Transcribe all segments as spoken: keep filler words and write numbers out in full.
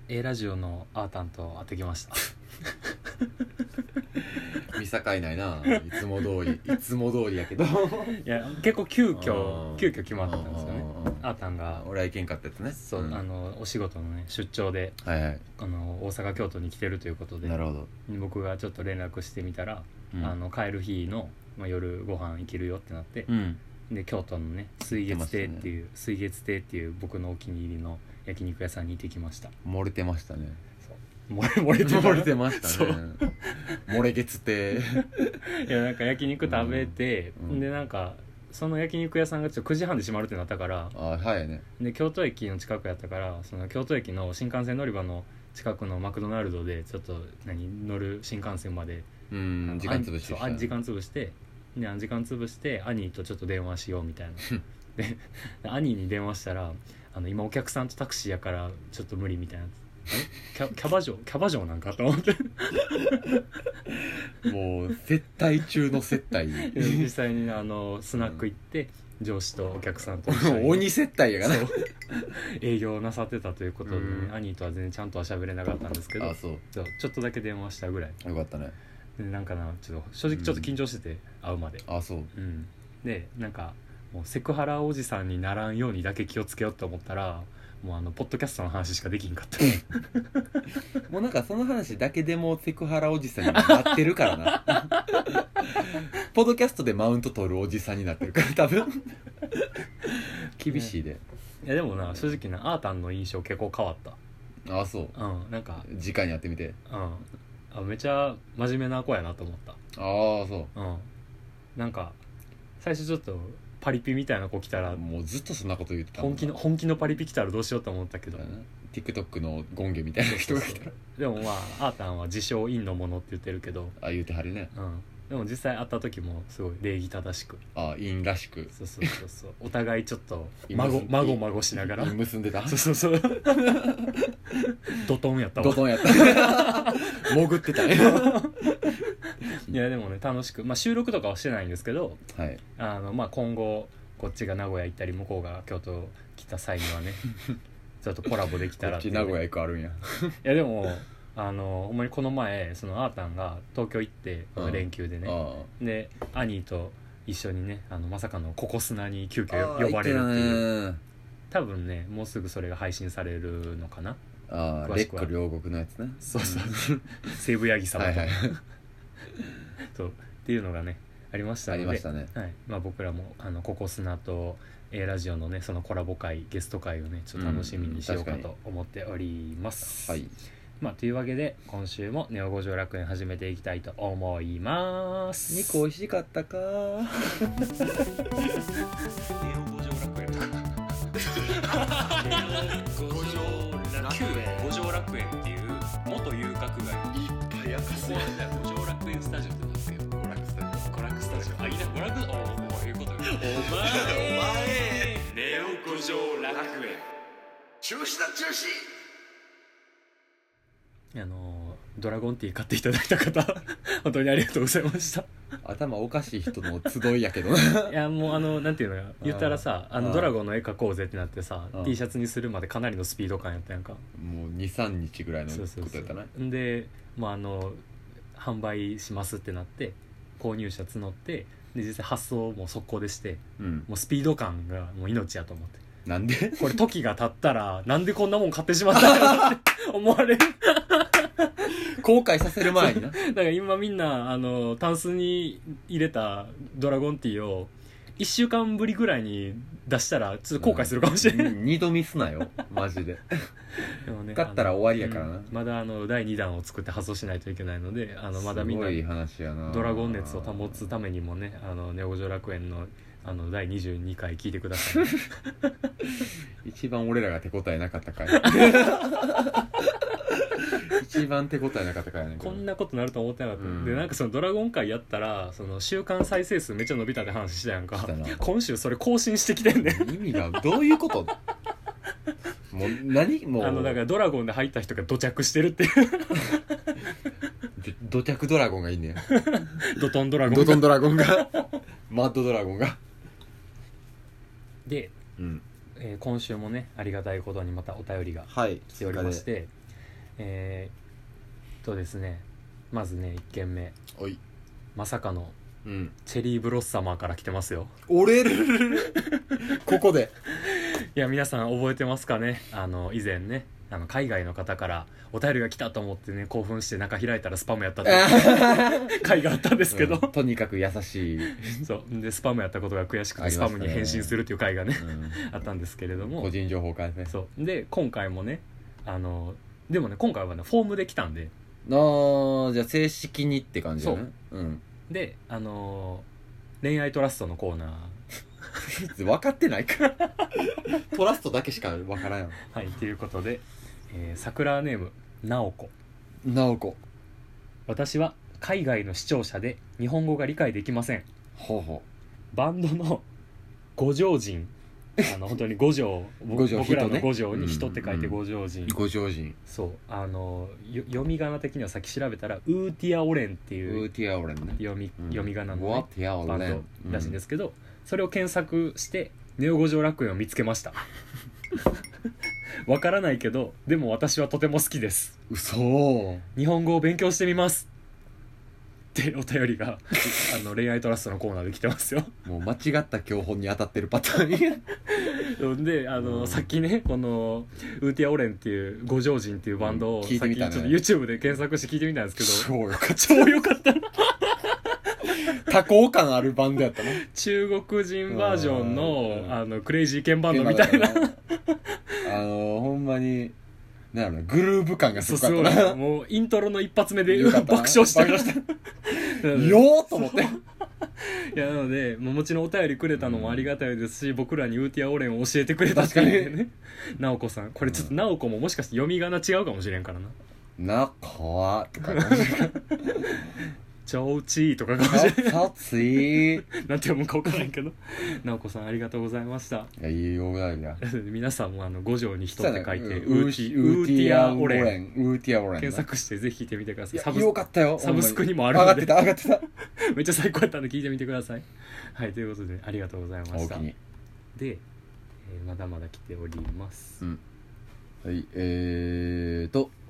A ラジオのアータンと会ってきました見境ないないつも通りいつも通りやけどいや結構急遽急遽決まったんですよね。アータンが俺は行けんかったやつね。 そう、うん、あのお仕事のね出張で、 はいはい、 あの大阪京都に来てるということで、 なるほど。 僕がちょっと連絡してみたら、うん、あの帰る日の、まあ、夜ご飯行けるよってなって、うん、で京都のね水月亭っていう、ね、水月亭っていう僕のお気に入りの焼肉屋さんに行ってきました。 漏れてましたね。 漏れ漏れて漏れてましたね漏れ月亭いやなんか焼肉食べて、うん、でなんかその焼肉屋さんがちょっとくじはんで閉まるってなったから、 あ、はいね、 で京都駅の近くやったから、その京都駅の新幹線乗り場の近くのマクドナルドでちょっと何乗る新幹線まで、 うん、時間潰してあ時間潰してで時間潰して兄とちょっと電話しようみたいなで兄に電話したら、あの今お客さんとタクシーやからちょっと無理みたいな、キャ, キャバ嬢キャバ嬢なんかと思ってもう接待中の接待実際にあのスナック行って、うん、上司とお客さんと一緒に鬼接待やがな営業なさってたということで、ね、うん、兄とは全然ちゃんとは喋れなかったんですけど、 あそうそうちょっとだけ電話したぐらいよかったね。 でなんかなちょっと正直ちょっと緊張してて、うん、会うまで。 あそう、 うん、でなんかもうセクハラおじさんにならんようにだけ気をつけようと思ったら、もうあのポッドキャストの話しかできんかったもうなんかその話だけでもセクハラおじさんになってるからなポッドキャストでマウント取るおじさんになってるから多分厳しいで、ね、 いやでもな正直なアータンの印象結構変わった。 あそう、 うん、なんか直にやってみて、 うん、あめちゃ真面目な子やなと思った。 ああそう、 うん、なんか最初ちょっとパリピみたいな子来たらもうずっとそんなこと言ってたもん。 本気の本気のパリピ来たらどうしようと思ったけど、 TikTok のゴンゲみたいな人が来たらでもまあアータンは自称陰のものって言ってるけど、 あ言うてはるね、 うん、でも実際会った時もすごい礼儀正しく、 あ陰らしく、 そうそうそうそうお互いちょっとまごまごまごしながら結んでた、 そうそうそうドトンやったわ、 ドトンやった潜ってたねいやでもね楽しく、まあ、収録とかはしてないんですけど、 はい、 あのまあ、今後こっちが名古屋行ったり向こうが京都来た際にはねちょっとコラボできたらって、 こっち名古屋行くあるんやいやでもあのほんまにこの前そのアータンが東京行ってこの連休でね、で兄と一緒にねあのまさかのココスナに急遽呼ばれるっていう、多分ねもうすぐそれが配信されるのかな。 ああレック両国のやつね、 そうそう西武八木様と、はい、はいそうっていうのがねありましたので、ありましたね、はい、まあ、僕らもあのココスナと A ラジオのねそのコラボ会ゲスト会をねちょっと楽しみにしようかと思っております、うん、はい、まあ、というわけで今週もネオ五条楽園始めていきたいと思います。 肉美味しかったかネオ五条楽園ネオ五条楽園五条楽園っていう元遊郭街いっぱい明かすやん。五条楽園スタジオってなんですけど、娯楽スタジオ娯楽スタジオあいいな娯楽おおいうことよお前お前ネオ五条楽園中止だ中止。 あのドラゴンティー買っていただいた方本当にありがとうございました。 頭おかしい人の集いやけどいやもうあのなんていうのよ言ったらさあのドラゴンの絵描こうぜってなってさ T シャツにするまでかなりのスピード感やったやんか。 もう にさんにちぐらいのことやったね。そうそうそうで、まあ、あの販売しますってなって購入者募ってで実際発送も速攻でして、うん、もうスピード感がもう命やと思って、 なんでこれ時が経ったらなんでこんなもん買ってしまったんやって思われる後悔させる前になだから今みんなあのタンスに入れたドラゴンティーをいっしゅうかんぶりぐらいに出したらちょっと後悔するかもしれない、うん、 二度ミスなよマジででも、ね、勝ったら終わりやからな、うん、 まだあのだいにだんを作って発送しないといけないのであのまだみんなドラゴン熱を保つためにもねあのネオ五条楽園のあのだいにじゅうにかい聞いてください一番俺らが手応えなかったかい一番手応えなかったからね。 こんなことなると思ってなかった、うん、でなんかそのドラゴン会やったらその週間再生数めっちゃ伸びたって話したやんか。今週それ更新してきてんねん意味がどういうこともう何もうあのだからドラゴンで入った人が土着してるっていう土着ドラゴンがいいねドトンドラゴンがドトンドラゴンがマッドドラゴンがで、うんえー、今週もねありがたいことにまたお便りが来ておりまして、はい、 えー、とですねまずねいっけんめおいまさかのうんチェリーブロッサマーから来てますよ。 折れるここでいや皆さん覚えてますかね。あの以前ねあの海外の方からお便りが来たと思ってね興奮して中開いたらスパムやったっていう回があったんですけど、 うん、とにかく優しいそうでスパムやったことが悔しくてスパムに返信するっていう回がね、うん、あったんですけれども個人情報開示そうで今回もねあのでもね今回はねフォームで来たんであじゃあ正式にって感じだね。 そう、 うん、 であの恋愛トラストのコーナー分かってないからトラストだけしか分からんよ。 はいということで、えー、桜ネームなおこなおこ私は海外の視聴者で日本語が理解できません。 ほうほうバンドの五条人あの本当に五条五条僕らのね、 五条に人って書いて五条人、 五条人そうあの読み仮名的にはさっき調べたらウーティアオレンっていうウーティアオレン、ね、 読み、 うん、 読み仮名の、ね、 ウーティアオレンバンドらしいんですけど、うん、それを検索してネオ五条楽園を見つけましたわからないけどでも私はとても好きです。 嘘日本語を勉強してみますってお便りがあの恋愛トラストのコーナーで来てますよ。 もう間違った教本に当たってるパターンであの、うん、さっきねこのウーティアオレンっていう五条人っていうバンドを、うん、 聞いてみたね、 さっきちょっと YouTube で検索して聞いてみたんですけど超よかった超よかった多幸感あるバンドやったの。 中国人バージョンのあのクレイジーケンバンドみたいなあのほんまになんやろグルーヴ感がすごかったな。 もうイントロの一発目で爆笑してましたよーと思っていやなのでもちろんお便りくれたのもありがたいですし、うん、僕らにウーティアオレンを教えてくれたっていうねなおこさんこれちょっとなおこももしかして読み仮名違うかもしれんからな。 なこわって書いてちょうちーとかかもしれないちょついなんて読むか分からんけどなおこさんありがとうございました。 いやいいよぐらいや皆さんもあの五条に人って書いて、 うん、ウーティアオレンウーティアオレン検索してぜひ聞いてみてください。 サブよかったよサブスクにもあるので上がってた上がってためっちゃ最高やったんで聞いてみてください。はいということでありがとうございました。で、えー、まだまだ来ております、 うん、はいえーと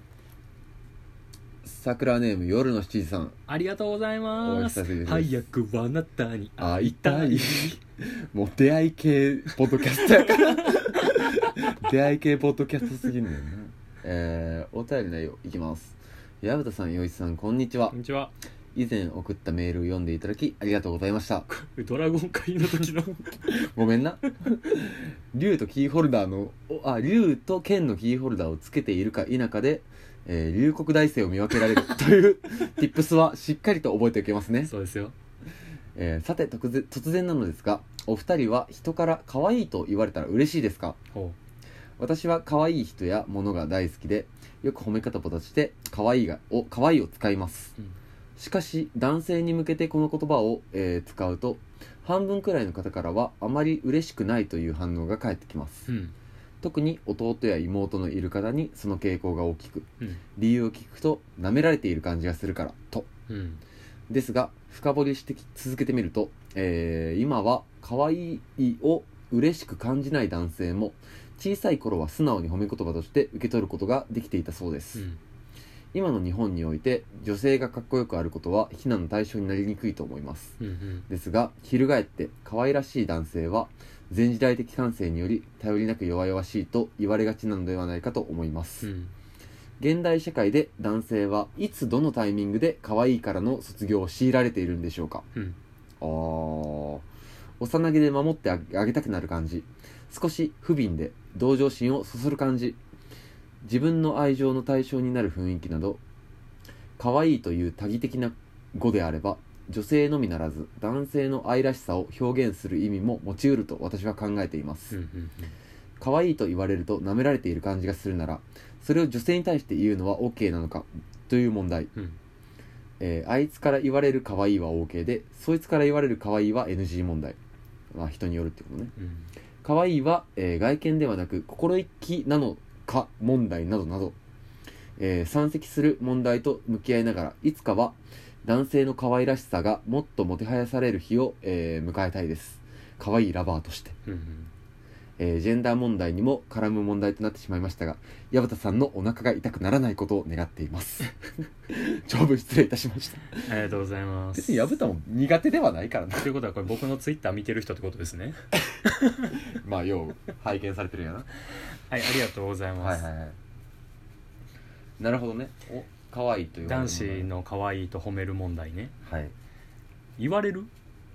桜ネーム夜の七時さんありがとうございます。早くあなたに会いたいもう出会い系ポッドキャストやから出会い系ポッドキャストすぎるんだよね。えー、お便り内容いきます。矢蓋さん陽一さんこんにちは。 こんにちは。 以前送ったメールを読んでいただきありがとうございました。 ドラゴン会の時のごめんな竜とキーホルダーのあ竜と剣のキーホルダーをつけているか否かでえー、龍谷大生を見分けられるという tips はしっかりと覚えておけますね。 そうですよ、 えー、さて突然、突然なのですがお二人は人から可愛いと言われたら嬉しいですか？ ほう。 私は可愛い人や物が大好きでよく褒め方として可愛いがを可愛いを使います、うん、しかし男性に向けてこの言葉を、えー、使うと半分くらいの方からはあまり嬉しくないという反応が返ってきます、うん、特に弟や妹のいる方にその傾向が大きく、うん、理由を聞くと舐められている感じがするからと、うん、ですが深掘りして続けてみると、えー、今は可愛いを嬉しく感じない男性も小さい頃は素直に褒め言葉として受け取ることができていたそうです、うん、今の日本において女性がかっこよくあることは非難の対象になりにくいと思います、うんうん、ですが翻って可愛らしい男性は前時代的感性により頼りなく弱々しいと言われがちなのではないかと思います、うん、現代社会で男性はいつどのタイミングで可愛いからの卒業を強いられているんでしょうか、うん、あー幼げで守ってあげたくなる感じ、少し不憫で同情心をそそる感じ、自分の愛情の対象になる雰囲気など、可愛いという多義的な語であれば女性のみならず男性の愛らしさを表現する意味も持ち得ると私は考えています、うんうんうん、可愛いと言われると舐められている感じがするならそれを女性に対して言うのは OK なのかという問題、うんえー、あいつから言われる可愛いは OK でそいつから言われる可愛いは エヌジー 問題、まあ、人によるってことね、うん、可愛いは、えー、外見ではなく心意気なのか問題などなど、えー、山積する問題と向き合いながらいつかは男性の可愛らしさがもっともてはやされる日を、えー、迎えたいです。可愛いラバーとして、うんうんえー、ジェンダー問題にも絡む問題となってしまいましたが、矢端さんのお腹が痛くならないことを願っています長文失礼いたしました。 ありがとうございます。 別に矢端も苦手ではないからなということはこれ僕のツイッター見てる人ってことですねまあよう拝見されてるんやなはい、ありがとうございます。 はいはいはい。なるほどね。お、可愛いと言われる男子の可愛いと褒める問題ね。 はい。 言われる？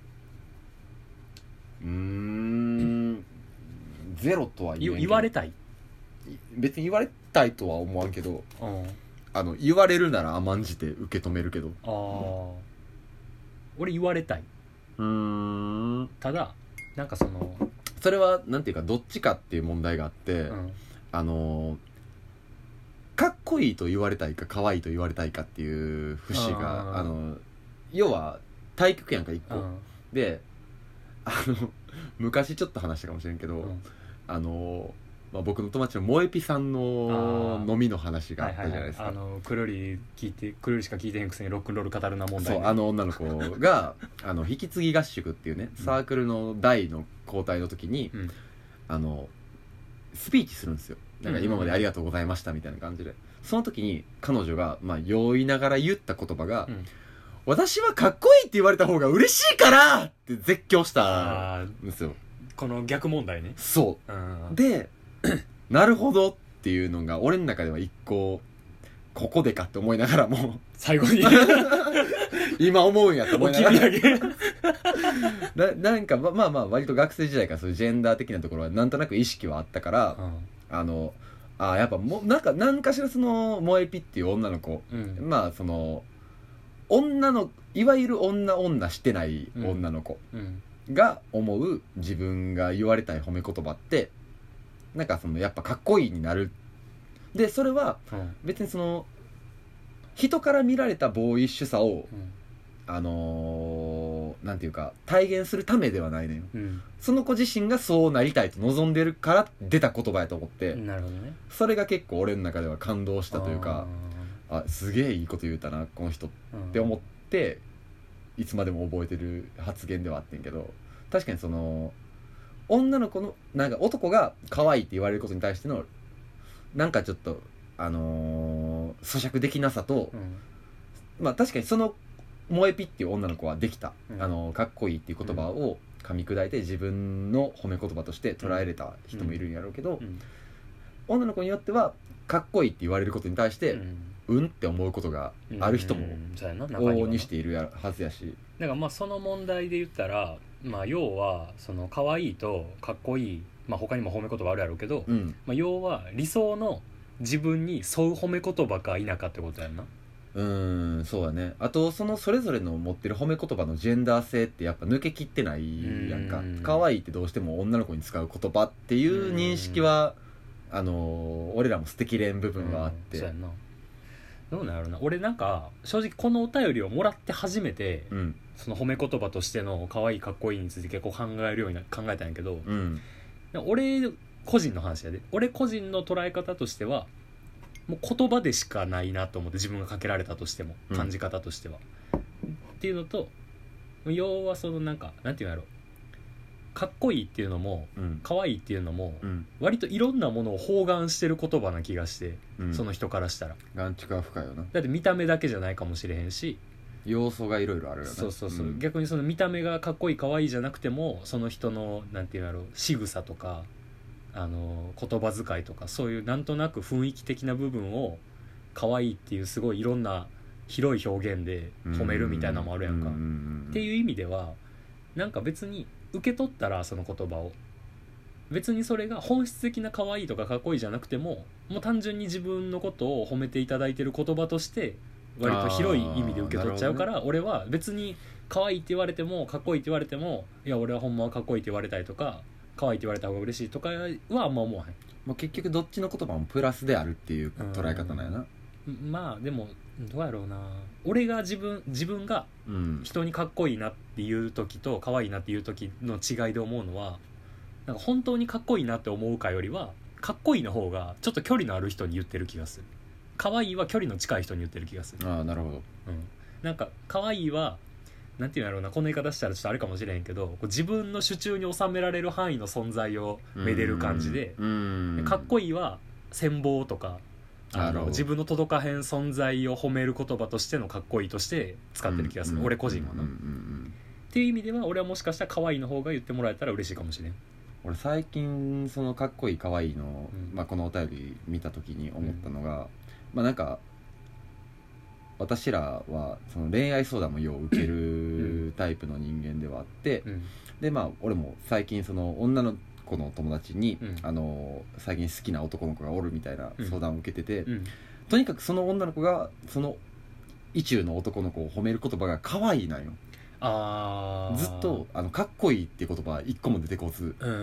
うーんゼロとは言えんけど言われたい？ 別に言われたいとは思わんけど、 うん、 あの言われるなら甘んじて受け止めるけど。 ああ、俺言われたい。 うーんただなんかそのそれはなんていうかどっちかっていう問題があって、 うん、 あのかっこいいと言われたいか可愛いと言われたいかっていう節があ, あの要は対極やんか一個、 うん、 であの昔ちょっと話したかもしれんけど、 うん、 あの、まあ、僕の友達の萌えぴさんの飲みの話があったじゃないですか。 はいはいはい、あのくるり聞いてくるりしか聞いてへんくせにロックンロール語るな問題、ね、 そうあの女の子があの引き継ぎ合宿っていうねサークルの代の交代の時に、うん、あのスピーチするんですよ。なんか今までありがとうございましたみたいな感じで、その時に彼女がまあ酔いながら言った言葉が、うん、私はかっこいいって言われた方が嬉しいからって絶叫したんですよ。 この逆問題ね。 そう、うん、でなるほどっていうのが俺の中では一個ここでかって思いながらも最後に今思うんやと思いながらお切り上げな, なんかまあまあ割と学生時代からそういうジェンダー的なところはなんとなく意識はあったから、うん、あのあやっぱもなんか何かしらその萌えぴっていう女の子、うん、まあその女のいわゆる女女してない女の子が思う自分が言われたい褒め言葉ってなんかそのやっぱかっこいいになる。でそれは別にその人から見られたボーイッシュさを、うん、あのー、なんていうか体現するためではないのよ、うん、その子自身がそうなりたいと望んでるから出た言葉やと思って、 なるほどね、 それが結構俺の中では感動したというか、あすげえいいこと言うたなこの人って思って、うん、いつまでも覚えてる発言ではあってんけど、確かにその女の子のなんか男が可愛いって言われることに対してのなんかちょっとあのー、咀嚼できなさと、うん、まあ確かにその萌えぴっていう女の子はできた、うん、あのー、かっこいいっていう言葉を噛み砕いて自分の褒め言葉として捉えれた人もいるんやろうけど、うんうん、女の子によってはかっこいいって言われることに対して、うん、うんって思うことがある人も往々にしているはずやし、 だからまあその問題で言ったら、まあ、要はその可愛いとかっこいい、まあ、他にも褒め言葉あるやろうけど、うんまあ、要は理想の自分に沿う褒め言葉か否かってことやんな。 うーんそうだね。あとそのそれぞれの持ってる褒め言葉のジェンダー性ってやっぱ抜けきってないやんか。可愛いってどうしても女の子に使う言葉っていう認識はあのー、俺らも捨てきれん部分はあって、 そうやんな。どうなんやろうな。俺なんか正直このお便りをもらって初めて、うん、その褒め言葉としての可愛いかっこいいについて結構考えるように考えたんやけど、うん、俺個人の話やで、俺個人の捉え方としてはもう言葉でしかないなと思って、自分がかけられたとしても感じ方としては、うん、っていうのと、要はそのなんかなんていうんやろ、かっこいいっていうのも、うん、可愛いっていうのも、うん、割といろんなものを包含してる言葉な気がして、うん、その人からしたら眼蓄が深いよな。 だって見た目だけじゃないかもしれへんし、 要素がいろいろあるよね。 そうそうそう、うん、逆にその見た目がかっこいい可愛いじゃなくても、その人のなんていうんやろ、仕草とかあの言葉遣いとか、そういうなんとなく雰囲気的な部分を可愛いっていうすごいいろんな広い表現で褒めるみたいなのもあるやんか。っていう意味ではなんか別に受け取ったらその言葉を別にそれが本質的な可愛いとかかっこいいじゃなくても、もう単純に自分のことを褒めていただいてる言葉として割と広い意味で受け取っちゃうから、ね、俺は別に可愛いって言われてもかっこいいって言われても、いや俺はほんまはかっこいいって言われたいとか可愛いって言われた方が嬉しいとかはあんま思わへん。 まあ、結局どっちの言葉もプラスであるっていう捉え方なんやな。 まあでもどうやろうな、俺が自分自分が人にかっこいいなっていう時と可愛いなっていう時の違いで思うのは、なんか本当にかっこいいなって思うかよりはかっこいいの方がちょっと距離のある人に言ってる気がする。可愛いは距離の近い人に言ってる気がする。 ああなるほど、 うん、なんか可愛いはなんていうんやろうな、この言い方したらちょっとあれかもしれへんけど、こう自分の手中に収められる範囲の存在をめでる感じで、でかっこいいは羨望とか、あの自分の届かへん存在を褒める言葉としてのかっこいいとして使ってる気がする、うんうん、俺個人はな、うんうんうん、っていう意味では俺はもしかしたら可愛いの方が言ってもらえたら嬉しいかもしれん。 俺最近そのかっこいい可愛いの、うん、まあ、このお便り見た時に思ったのが、うん、まあなんか私らはその恋愛相談もよう受けるタイプの人間ではあって、うん、でまあ俺も最近その女の子の友達に、うん、あの最近好きな男の子がおるみたいな相談を受けてて、うん、とにかくその女の子がその意中の男の子を褒める言葉が可愛いなんよ。あずっとあのかっこいいっていう言葉一個も出てこず、うん、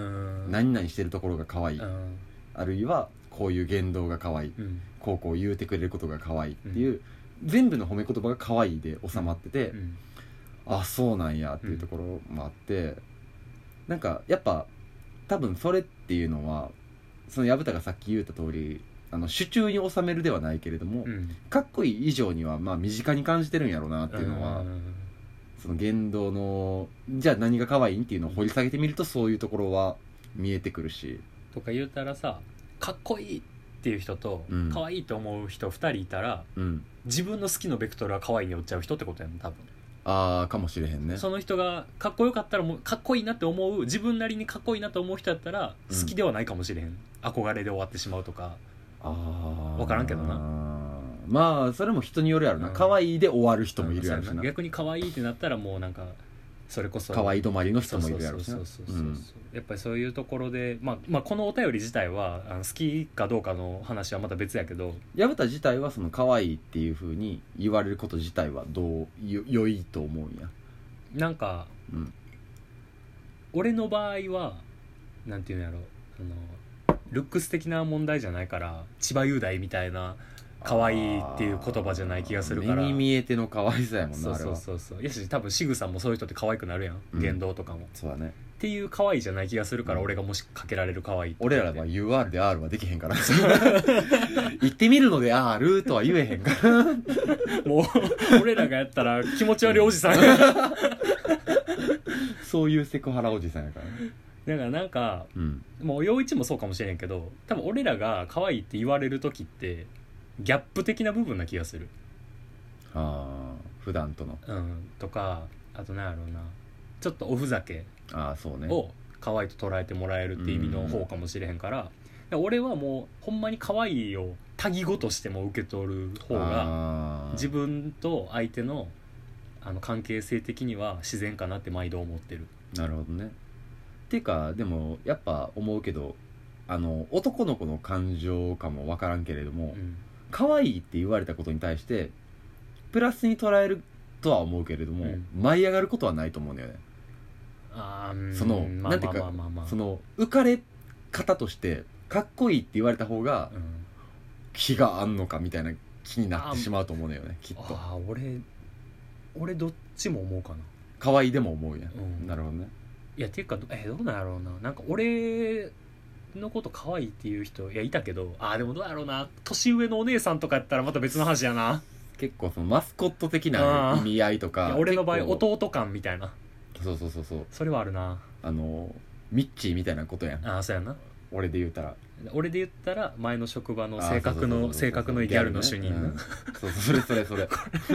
何々してるところが可愛い、うん、あるいはこういう言動が可愛い、うん、こうこう言うてくれることが可愛いっていう、うん、全部の褒め言葉が可愛いで収まってて、うん、あそうなんやっていうところもあって、うん、なんかやっぱ多分それっていうのはその薮田がさっき言った通りあの手中に収めるではないけれども、うん、かっこいい以上にはまあ身近に感じてるんやろうなっていうのは、うん、その言動のじゃあ何が可愛いんっていうのを掘り下げてみるとそういうところは見えてくるしとか言うたらさ、かっこいいっていう人と、うん、可愛いと思う人ふたりいたら、うん、自分の好きのベクトルは可愛いに寄っちゃう人ってことやん多分。 ああかもしれへんね。 その人がかっこよかったらもうかっこいいなって思う自分なりにかっこいいなと思う人だったら好きではないかもしれへん、うん、憧れで終わってしまうとかあ分からんけどな。 まあそれも人によるやろな、うん、可愛いで終わる人もいるやろしな、 逆に可愛いってなったらもうなんかそれこそ可愛い止まりの人もいるやろしな。 やっぱりそういうところで、まあ、まあこのお便り自体はあの好きかどうかの話はまた別やけど薮田自体はその可愛いっていう風に言われること自体はどうよ良いと思うんや。 なんか、うん、俺の場合はなんていうんやろあのルックス的な問題じゃないから千葉雄大みたいな可愛いっていう言葉じゃない気がするから目に見えての可愛さやもんな。 そうそうそうそう。やし多分仕草もそういう人って可愛くなるやん、うん、言動とかもそうだねっていう可愛いじゃない気がするから、うん、俺がもしかけられる可愛い俺らは ユーアール で R はできへんから言ってみるので R とは言えへんからもう俺らがやったら気持ち悪いおじさんやそういうセクハラおじさんやからね。 だからなんか、うん、もう陽一もそうかもしれんけど多分俺らが可愛いって言われる時ってギャップ的な部分な気がする。 ああ普段とのうんとかあとなんやろうなちょっとおふざけあそうねを可愛いと捉えてもらえるっていう意味の方かもしれへんから、うん、俺はもうほんまに可愛いを多義語としても受け取る方が自分と相手のあの関係性的には自然かなって毎度思ってる。 なるほどね。っていうかでもやっぱ思うけどあの男の子の感情かも分からんけれども、うん、可愛いって言われたことに対してプラスに捉えるとは思うけれども、うん、舞い上がることはないと思うんだよね。あそのなんていうかその浮かれ方としてかっこいいって言われた方が気があんのかみたいな気になってしまうと思うんだよねきっと。 ああ俺俺どっちも思うかな。 可愛いでも思うやん、うん、なるほどね。 いやっていうかえどうなんやろうななんか俺のこと可愛いっていう人いやいたけどあでもどうやろうな年上のお姉さんとかやったらまた別の話やな。 結構そのマスコット的な意味合いとか俺の場合弟感みたいなそうそうそうそうそれはあるな。 あのミッチーみたいなことやん。 ああそうやな。 俺で言ったら俺で言ったら前の職場の性格の性格のギャルの主任、 うん、そうそれそれそれ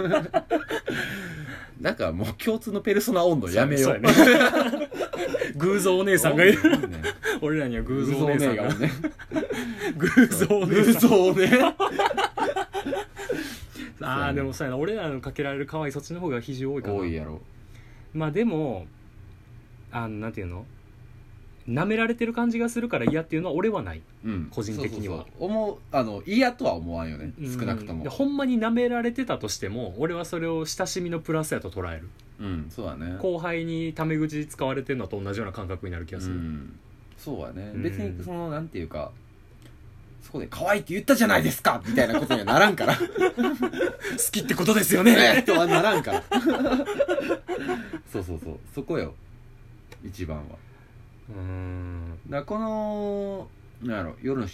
なんかもう共通のペルソナ温度やめよう。 ね、偶像お姉さんがいる、ね、俺らには偶像お姉さんがね偶像お姉さん偶像ねああでもそうやな俺らのかけられる可愛いそっちの方が比重多いかな。 多いやろ。 まあでもあのなんていうの舐められてる感じがするから嫌っていうのは俺はない、うん、個人的には。 そうそうそう思うあの嫌とは思わんよね、少なくとも。 でほんまに舐められてたとしても俺はそれを親しみのプラスやと捉える。 うんそうだね。 後輩にタメ口使われてるのと同じような感覚になる気がする、 うん、そうだね、うん、別にそのなんていうかそこで可愛いって言ったじゃないですかみたいなことにはならんから好きってことですよねとはならんからそうそうそうそこよ一番は。うーんだからこのなんやろ夜のし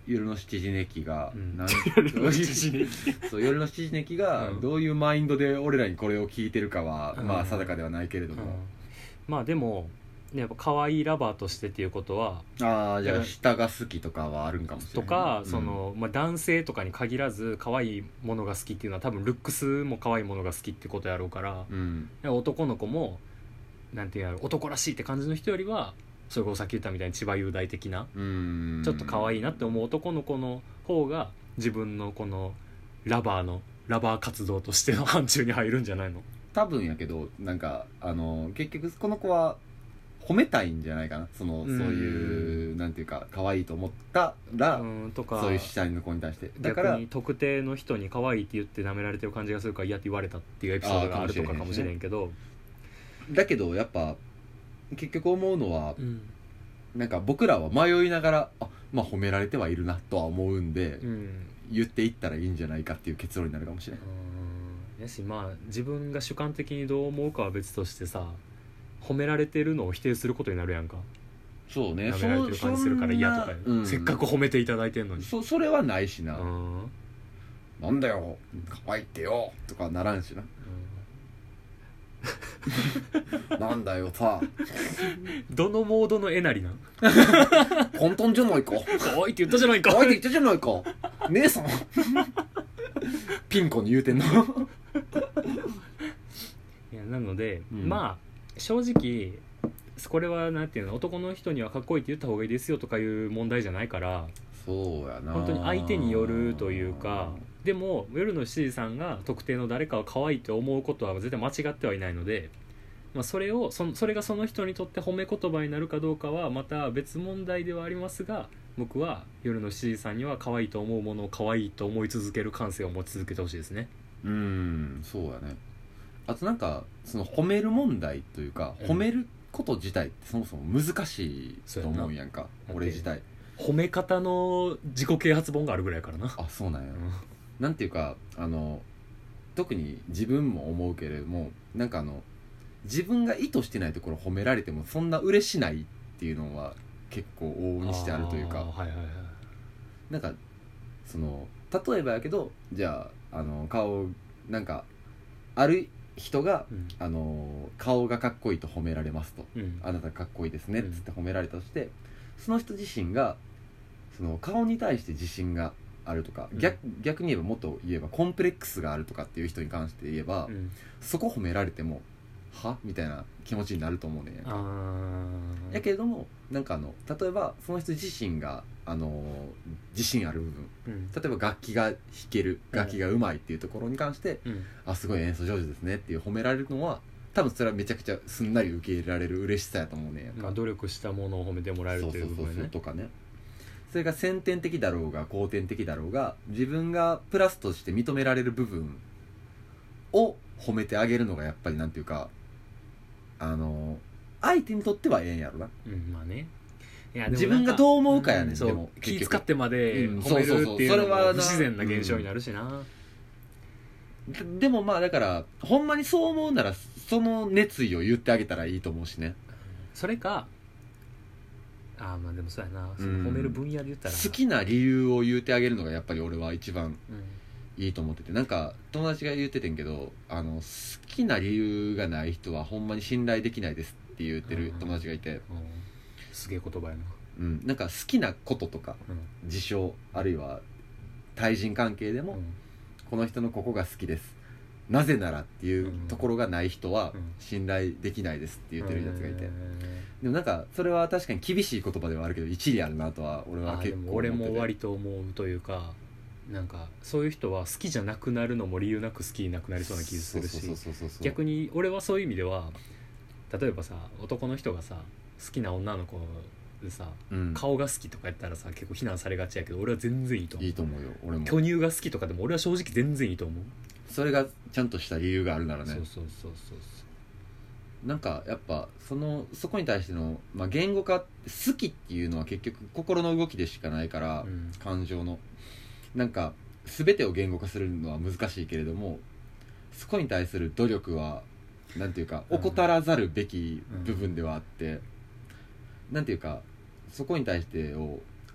夜の七時ネキが、 うん、 なん夜の七時ネキそう夜の七時ネキがどういうマインドで俺らにこれを聞いてるかは、 うん、 まあ定かではないけれども、うん、 まあでもやっぱ可愛いラバーとしてっていうことはああじゃあ下が好きとかはあるんかもしれないとか、うん、そのまあ、男性とかに限らず可愛いものが好きっていうのは多分ルックスも可愛いものが好きってことやろうから、 うん、 男の子もなんていうの男らしいって感じの人よりはそれこそさっき言ったみたいに千葉雄大的なうんちょっと可愛いなって思う男の子の方が自分のこのラバーのラバー活動としての範疇に入るんじゃないの？ 多分やけどなんかあの結局この子は褒めたいんじゃないかな、その、うん、そういうなんていうか可愛いと思ったら、うん、とかそういう下の子に対してだから逆に特定の人に可愛いって言って舐められてる感じがするから嫌って言われたっていうエピソードがあるとかかもしれんけど、 だけどやっぱ結局思うのは、うん、なんか僕らは迷いながらあまあ褒められてはいるなとは思うんで、うん、言っていったらいいんじゃないかっていう結論になるかもしれない。 うんやしまあ自分が主観的にどう思うかは別としてさ褒められてるのを否定することになるやんか。 そうね舐められてる感じするから嫌とか、うん、せっかく褒めていただいてんのにそ, それはないしな、うん、なんだよ可愛いってよとかならんしな、うん、なんだよさどのモードのえなりなん簡単じゃないか可愛いって言ったじゃないか可愛いって言ったじゃないか姉さんピン子に言うてんのいやなので、うん、まあ正直これはなんていうの男の人にはかっこいいって言った方がいいですよとかいう問題じゃないからそうやな本当に相手によるというかでも夜のしちじさんが特定の誰かを可愛いと思うことは絶対間違ってはいないので、まあ、それを そ, それがその人にとって褒め言葉になるかどうかはまた別問題ではありますが僕は夜のしちじさんには可愛いと思うものを可愛いと思い続ける感性を持ち続けてほしいですね。 うーんそうやね。あとなんかその褒める問題というか、うん、褒めること自体ってそもそも難しいと思うやんか俺自体褒め方の自己啓発本があるぐらいからな。 あそうなんや、うん、なんていうかあの特に自分も思うけれどもなんかあの自分が意図してないところ褒められてもそんな嬉しないっていうのは結構往々にしてあるというか、 はいはいはい、 なんかその例えばやけどじゃあ、あの顔なんかある人が、うん、あの顔がかっこいいと褒められますと、うん、あなたかっこいいですねっつって褒められたとして、うん、その人自身がその顔に対して自信があるとか、うん、逆, 逆に言えばもっと言えばコンプレックスがあるとかっていう人に関して言えば、うん、そこ褒められてもはみたいな気持ちになると思うねんやんか。あやけれどもなんかあの例えばその人自身があの自信ある部分、うん、例えば楽器が弾ける楽器が上手いっていうところに関して、うん、あすごい演奏上手ですねっていう褒められるのは多分それはめちゃくちゃすんなり受け入れられる嬉しさやと思うねんやんか、 まあ、努力したものを褒めてもらえるっていう部分ね。そうそうそうとかねそれが先天的だろうが後天的だろうが自分がプラスとして認められる部分を褒めてあげるのがやっぱりなんていうかあの相手にとってはええんやろな、 うん、まあねいやでも自分がどう思うかやねん、うん、 でも気使ってまで褒めるっていうのは不自然な現象になるしな、 うん、でもまあだからほんまにそう思うならその熱意を言ってあげたらいいと思うしね。 それかああまあでもそうやなその褒める分野で言ったら、 うん、好きな理由を言ってあげるのがやっぱり俺は一番いいと思ってて、なんか友達が言っててんけどあの好きな理由がない人はほんまに信頼できないですって言ってる友達がいて、うんうん、 すげえ言葉やな、 うん、なんか好きなこととか、うん、事象あるいは対人関係でも、うん、この人のここが好きですなぜならっていうところがない人は信頼できないですって言ってるやつがいて、でもなんかそれは確かに厳しい言葉ではあるけど一理あるなとは俺は結構思ってて、 でも俺も割と思うというかなんかそういう人は好きじゃなくなるのも理由なく好きになくなりそうな気がするし、逆に俺はそういう意味では例えばさ男の人がさ好きな女の子でさ、うん、顔が好きとかやったらさ結構非難されがちやけど俺は全然いいと思う。 いいと思うよ俺も。 巨乳が好きとかでも俺は正直全然いいと思う。 それがちゃんとした理由があるならね。 そうそうそうそうそうなんかやっぱそのそこに対しての、まあ、言語化好きっていうのは結局心の動きでしかないから、うん、感情のなんか全てを言語化するのは難しいけれどもそこに対する努力はなんていうか怠らざるべき部分ではあって、うんうん、なんていうかそこに対してを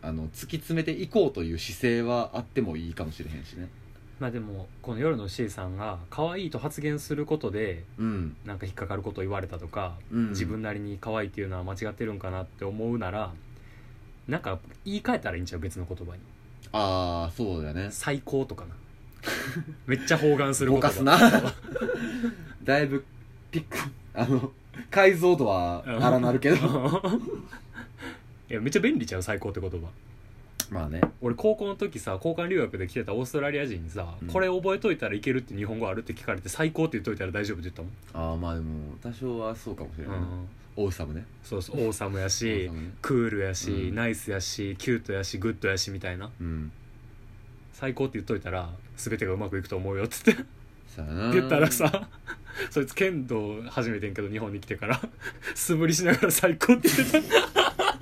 あの突き詰めていこうという姿勢はあってもいいかもしれへんしね。 まあでもこの夜の C さんが可愛いと発言することで、うん、なんか引っかかることを言われたとか、うん、自分なりに可愛いっていうのは間違ってるんかなって思うなら、なんか言い換えたらいいんちゃう、別の言葉に。 ああそうだよね。 最高とかなめっちゃ包含する言葉ぼかすなだいぶピックあの解像度は荒なるけどいやめっちゃ便利ちゃう最高って言葉。 まあね、 俺高校の時さ、交換留学で来てたオーストラリア人にさ、うん、これ覚えといたらいけるって日本語あるって聞かれて、最高って言っといたら大丈夫って言ったもん。 ああまあでも多少はそうかもしれない、うん、オーサムね。 そうそう、オーサムやし、ね、クールやし、うん、ナイスやし、キュートやし、グッドやしみたいな、うん、最高って言っといたら全てがうまくいくと思うよっつってさあなって言ったらさ、そいつ剣道始めてんけど日本に来てから素振りしながら最高って言ってた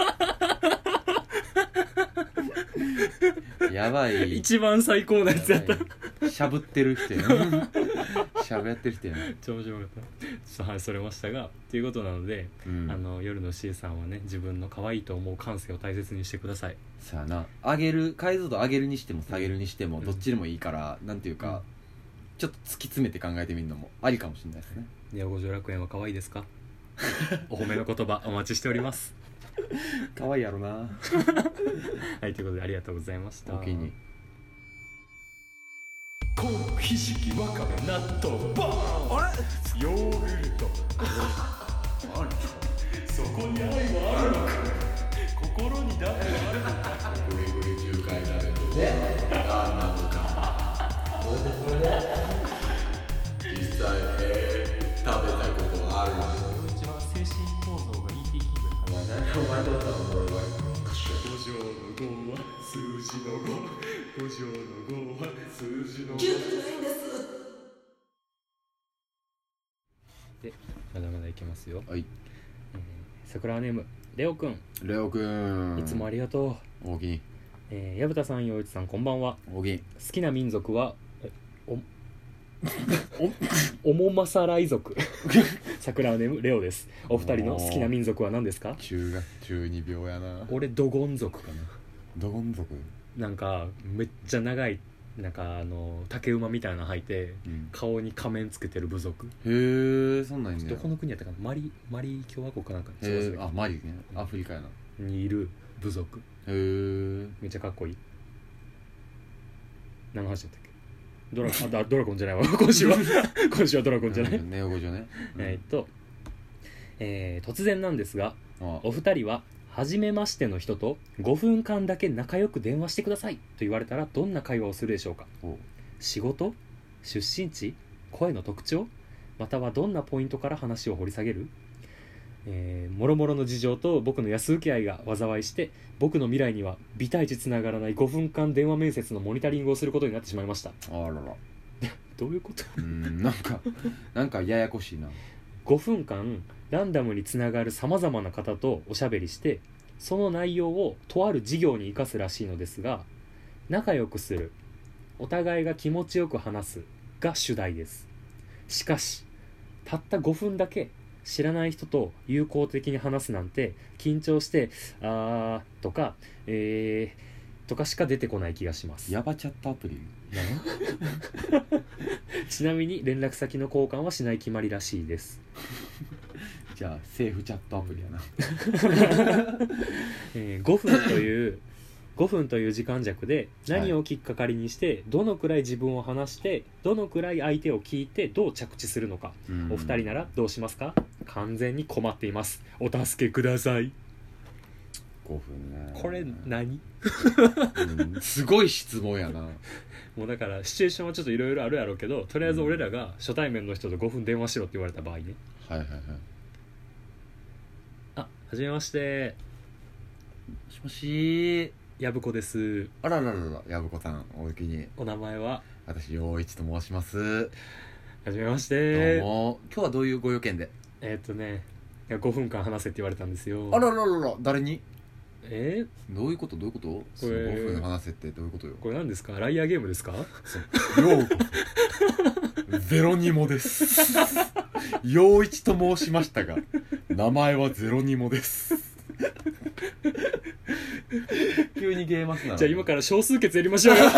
やばい一番最高なやつやったしゃぶってる人やしゃぶやってる人や超面白かった。ちょっと話それましたがっていうことなので、うん、あの夜の C さんはね、自分の可愛いと思う感性を大切にしてください。 さあな、上げる解像度上げるにしても下げるにしてもどっちでもいいから、うん、なんていうか、うん、ちょっと突き詰めて考えてみるのもありかもしれないですね。 いや、五条楽園は可愛いですかお褒めの言葉お待ちしております可愛いやろなはい、ということでありがとうございました。 お気にコーン、ひじき、わかめ、納豆、バーン、あれヨーグルトそこに愛はあるのか、心に誰はあるのか、グリグリ中華になるとね、何なのか、これでこれで実際、えー、食べたことあるのか、一番精神構造がいいって気分かな。お前とったのこれは五条のごは数字のご、五条のごは数字のごで、まだまだいけますよ。 はい、 えー、桜ネームレオくん。 レオくんいつもありがとう。おぎん、 えー、矢蓋さん、陽一さん、こんばんは。 おぎん。 好きな民族はおおもまさらい族桜ネームレオです。お二人の好きな民族は何ですか？ 中学中二病やな。 俺ドゴン族かな。 ドゴン族なんかめっちゃ長い、なんかあの竹馬みたいなの履いて、うん、顔に仮面つけてる部族。 へえ、そんなんね。 どこの国やったかな、マリマリ共和国かなんか。 へえ、あ、マリね、アフリカやな。 にいる部族。へえ、 めっちゃかっこいい。何の話だったっけ？ドラあドラゴンじゃないわ今週は今週はドラゴンじゃないネオ五条ね、 うん、えー、っと、えー、突然なんですが、ああお二人は初めましての人とごふんかんだけ仲良く電話してくださいと言われたらどんな会話をするでしょうか？仕事、出身地、声の特徴、またはどんなポイントから話を掘り下げる？えー、もろもろの事情と僕の安請け合いが災いして僕の未来には微対値つながらないごふんかん電話面接のモニタリングをすることになってしまいました。 あららどういうこと？ うーん、なんかなんかややこしいな。 ごふんかんランダムにつながるさまざまな方とおしゃべりしてその内容をとある事業に生かすらしいのですが、仲良くする、お互いが気持ちよく話すが主題です。しかしたったごふんだけ知らない人と友好的に話すなんて緊張してあーとかえーとかしか出てこない気がします。 ヤバチャットアプリちなみに連絡先の交換はしない決まりらしいですじゃあセーフチャットアプリやな、 えー、ごふんというごふんという時間弱で何をきっかかりにしてどのくらい自分を話してどのくらい相手を聞いてどう着地するのか、お二人ならどうしますか？完全に困っています、お助けください。 ごふんね。 これ何、 うん、すごい質問やな。 もうだからシチュエーションはちょっといろいろあるやろうけど、とりあえず俺らが初対面の人とごふん電話しろって言われた場合ね。 はいはいはい。 あ、はじめまして。 もしもし、 やぶこです。 あらららら、やぶこさん、おおきに。 お名前は？ 私、陽一と申します。 はじめまして。 どうも。今日はどういうご用件で？ えー、っとね、いやごふんかん話せって言われたんですよ。 あらららら、誰に？ えー、 どういうことどういうこと？これごふん話せってどういうことよ？ これ何ですか？ライアーゲームですか？ そう。ようこそゼロニモです。陽一と申しましたが、名前はゼロニモです。 急にゲーマスなの。 じゃあ今から少数決やりましょうよ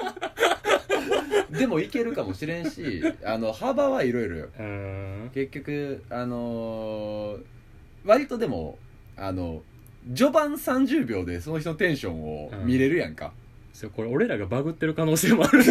でもいけるかもしれんし、あの幅はいろいろよ。 うーん結局あのー、割とでもあの序盤さんじゅうびょうでその人のテンションを見れるやんか、 それこれ俺らがバグってる可能性もある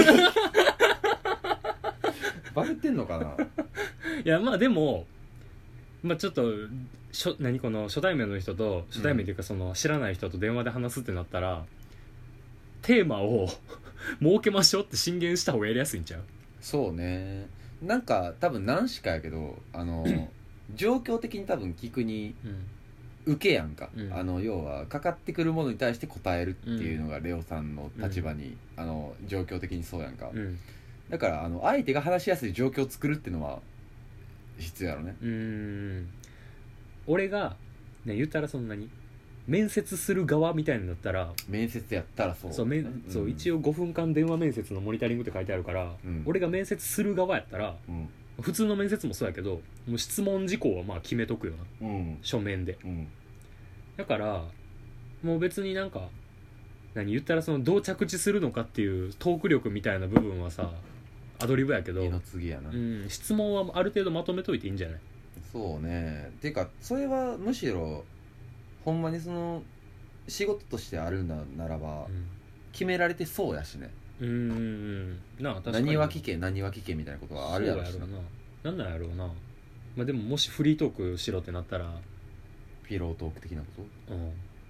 バグってんのかな。 いやまあでもまあちょっとしょ何この初対面の人と初対面というかその知らない人と電話で話すってなったら、テーマを設けましょうって進言した方がやりやすいんちゃう。 そうね。なんか多分何しかやけどあの状況的に多分聞くにうん受けやんか、 うんあの要はかかってくるものに対して答えるっていうのがレオさんの立場に、うん、あの状況的にそうやんか、 うん、 だからあの相手が話しやすい状況を作るっていうのは必要やろね。 うーん俺がね言ったらそんなに面接する側みたいなんだったら面接やったらそう、 そうめん、 うんそう一応ごふんかん電話面接のモニタリングって書いてあるから、うん、俺が面接する側やったら、うん、普通の面接もそうやけどもう質問事項はまあ決めとくよな、うん、書面で、うん、だからもう別になんか何言ったらそのどう着地するのかっていうトーク力みたいな部分はさアドリブやけど、 二の次やな、 うん、質問はある程度まとめといていいんじゃない。 そうね。っていうかそれはむしろほんまにその仕事としてあるなならば、うん、決められてそうやしね。 うーんなあ確かに何は聞け何は聞けみたいなことはあるやろしな。 そうやろうな。なんなんやろうな。まあでももしフリートークしろってなったらピロートーク的なこと、うん、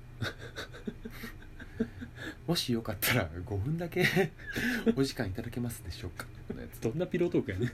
もしよかったらごふんだけお時間いただけますでしょうか。 どんなピロートークやね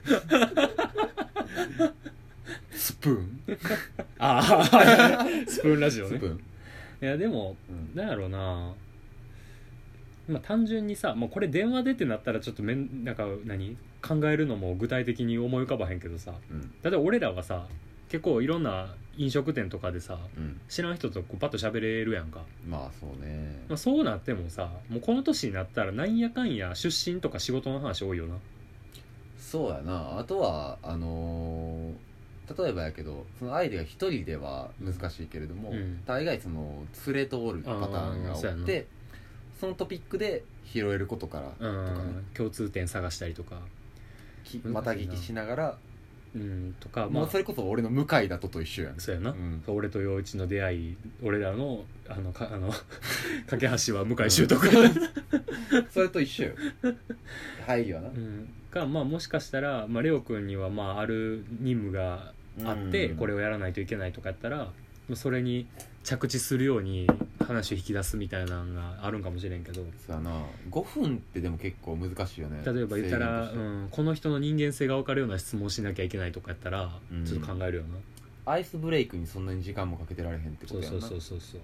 スプーンああスプーンラジオね。 スプーン。 いやでも、うん、なんやろうな、まあ、単純にさもうこれ電話でってなったらちょっとめんなんか何考えるのも具体的に思い浮かばへんけどさ、うん、例えば俺らはさ結構いろんな飲食店とかでさ、うん、知らん人とこうパッと喋れるやんか。 まあそうね、 まあ、そうなってもさもうこの年になったらなんやかんや出身とか仕事の話多いよな。 そうやな。あとはあのー、例えばやけどその相手が一人では難しいけれども、うん、大概その連れ通るパターンが多くて そ, そのトピックで拾えることからとかね、 共通点探したりとかまた聞きしながらうんとか、 まあ、もうそれこそ俺の向井だとと一緒やん。 そうやな、うん、俺と陽一の出会い俺らのあのかあの架け橋は向井秀徳、うん、 それと一緒よ入りはな、うん、かまあもしかしたら、まあ、レオ君にはまあある任務があって、うん、これをやらないといけないとかやったらそれに着地するように話を引き出すみたいなのがあるんかもしれんけど。 そうやな。ごふんってでも結構難しいよね。 例えば言ったら、うん、この人の人間性が分かるような質問をしなきゃいけないとかやったら、うん、ちょっと考えるよな。 アイスブレイクにそんなに時間もかけてられへんってことやな。 そうそうそうそう。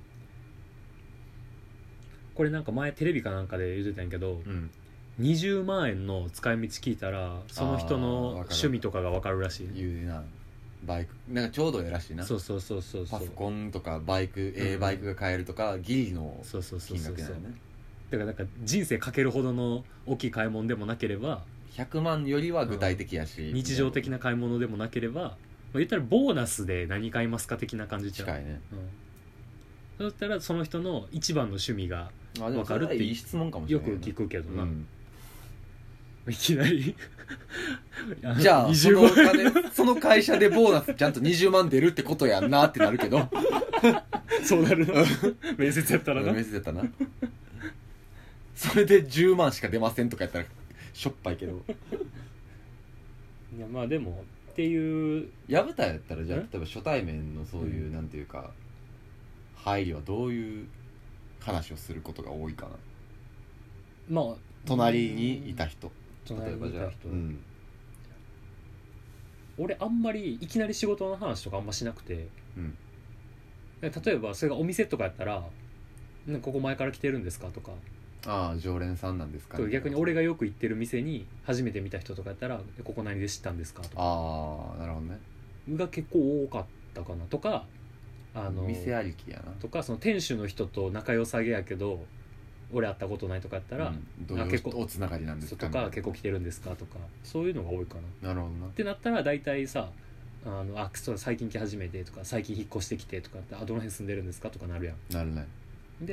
これなんか前テレビかなんかで言ってたんやけど、うん、にじゅうまんえんの使い道聞いたらその人の趣味とかが分かるらしい。 言うな。バイクなんかちょうどええらしいな。 そうそうそうそうそう。 パソコンとかバイク、うん、A バイクが買えるとかギリの金額だよね。 だからなんか人生かけるほどの大きい買い物でもなければひゃくまんよりは具体的やし、 うん、日常的な買い物でもなければ、まあ、言ったらボーナスで何買いますか的な感じちゃう。 近いね、 うん、そうしたらその人の一番の趣味が分かるっていい質問かもしれない。 よく聞くけどな、うん、いきなりじゃあそのお金その会社でボーナスちゃんとにじゅうまん出るってことやんなってなるけどそうなるな面接やったらな面接やったなそれでじゅうまんしか出ませんとかやったらしょっぱいけどいやまあでもっていう薮田やったらじゃあ例えば初対面のそういう、うん、なんていうか入りはどういう話をすることが多いかな。 まあ隣にいた人、 隣にいた人、うん、俺あんまりいきなり仕事の話とかあんましなくて、うん、例えばそれがお店とかやったら「ここ前から来てるんですか?」とか 「ああ常連さんなんですか?」 逆に俺がよく行ってる店に初めて見た人とかやったら「ここ何で知ったんですか?」とかああなるほどねが結構多かったかなとかあの店ありきやなとかその店主の人と仲良さげやけど俺会ったことないとかやったら、うん、 どういうおつながりなんですか、 ね、とか結構来てるんですかとかそういうのが多いかな。なるほどなってなったら大体さあのあそう最近来始めてとか最近引っ越してきてとかってあどの辺住んでるんですかとかなるやん。 なるね。 で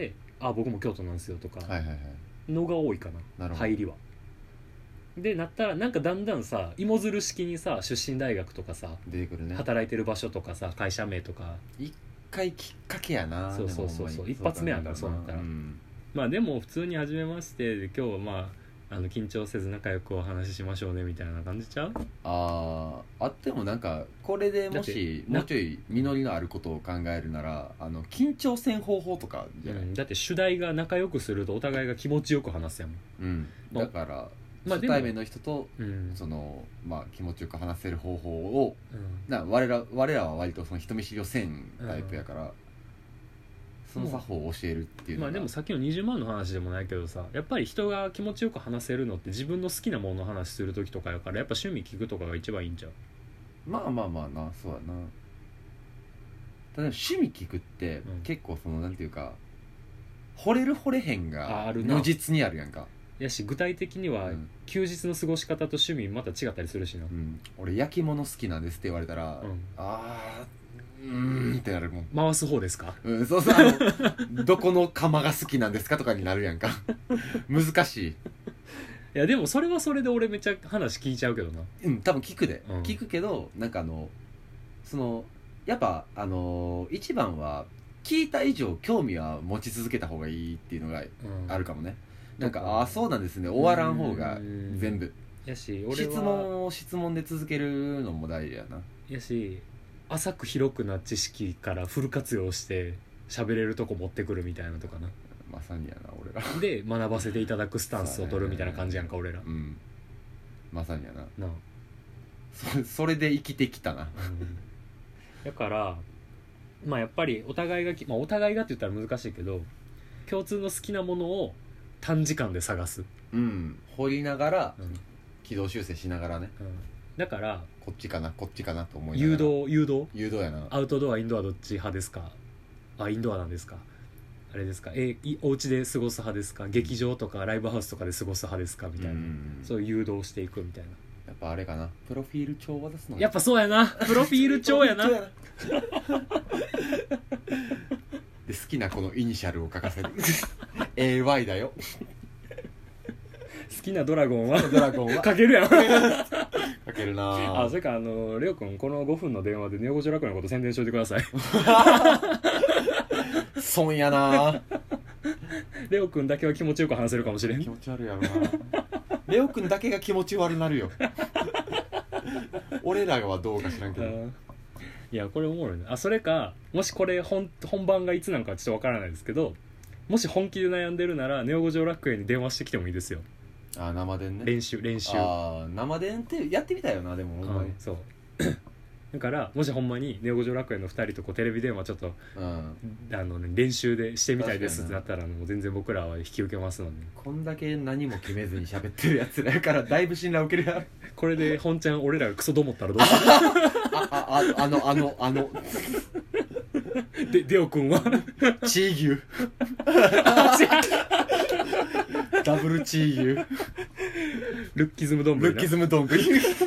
あ僕も京都なんですよとかはいはいはいのが多いかな、 なるほど入りは。でなったらなんかだんだんさ芋づる式にさ出身大学とかさ出てくるね。 働いてる場所とかさ会社名とか一回きっかけやな。 そうそうそうそう一発目やからそうなったら、 うん、 まあでも普通に初めましてで今日はまああの緊張せず仲良くお話ししましょうねみたいな感じちゃう？ あああってもなんかこれでもしもうちょい実りのあることを考えるならあの緊張せん方法とかじゃない、 うん、だって主題が仲良くするとお互いが気持ちよく話すやもん、 うん、だからまあ、 初対面の人と、 うん、 そのまあ、気持ちよく話せる方法を、 うん、 な我ら我らは割とその人見知りをせんタイプやから、うん、その作法を教えるっていうのが、 まあでもさっきのにじゅうまんの話でもないけどさやっぱり人が気持ちよく話せるのって自分の好きなものの話する時とかやからやっぱ趣味聞くとかが一番いいんちゃう？ まあまあまあなそうやな。ただ趣味聞くって、うん、結構そのなんていうか惚れる惚れへんが如実にあるやんか。 やし具体的には休日の過ごし方と趣味また違ったりするしな、 うん、俺焼き物好きなんですって言われたら、うん、あーうーんってなるもん。 回す方ですか？ うん、そうそうあのどこの窯が好きなんですかとかになるやんか難しい。いやでもそれはそれで俺めっちゃ話聞いちゃうけどな。 うん多分聞くで、 うん、 聞くけどなんかあのそのやっぱあの一番は聞いた以上興味は持ち続けた方がいいっていうのがあるかもね、うん、なんかああそうなんですね終わらん方が全部やし俺は質問を質問で続けるのも大事やな。 やし浅く広くな知識からフル活用して喋れるとこ持ってくるみたいなとかな。 まさにやな俺らで学ばせていただくスタンスを取るみたいな感じやんか俺ら。 うんまさにやな。 なあそ, それで生きてきたな、うん、 だからまあやっぱりお互いが、まあ、お互いがって言ったら難しいけど共通の好きなものを短時間で探す、 うん掘りながら、うん、軌道修正しながらね、 うん、だからこっちかなこっちかなと思いながら誘導誘導誘導やな。 アウトドアインドアどっち派ですか？あインドアなんですか？あれですかえお家で過ごす派ですか？劇場とかライブハウスとかで過ごす派ですかみたいな、うん、そういう誘導していくみたいな。 やっぱあれかなプロフィール帳を出すのやっぱそうやなプロフィール帳やなで好きなこのイニシャルを書かせるエーワイ だよ好きなドラゴンはドラゴンは書けるやん書けるなあそれからあのレオ君このごふんの電話でネオ五条楽のこと宣伝しといてください損やなレオ君だけは気持ちよく話せるかもしれん。 気持ち悪いやろなレオ君だけが気持ち悪なるよ俺らはどうか知らんけど。 いやこれおもろいね。あそれかもしこれ 本, 本番がいつなんかちょっとわからないですけどもし本気で悩んでるならネオ五条楽園に電話してきてもいいですよ。 あ生電ね練習練習あ生電ってやってみたいよなでもほんまに、 うん、そうだからもしほんまにネオ五条楽園のふたりとこうテレビ電話ちょっと、うん、あのね、練習でしてみたいですってなったらもう全然僕らは引き受けますので、 こんだけ何も決めずに喋ってるやつらやからだいぶ信頼受けるやんこれで本ちゃん俺らがクソどもったらどうするああああのあのあのでデオ君はチー牛ダブルチー牛ルッキズムどんぶりルッキズムどんぶり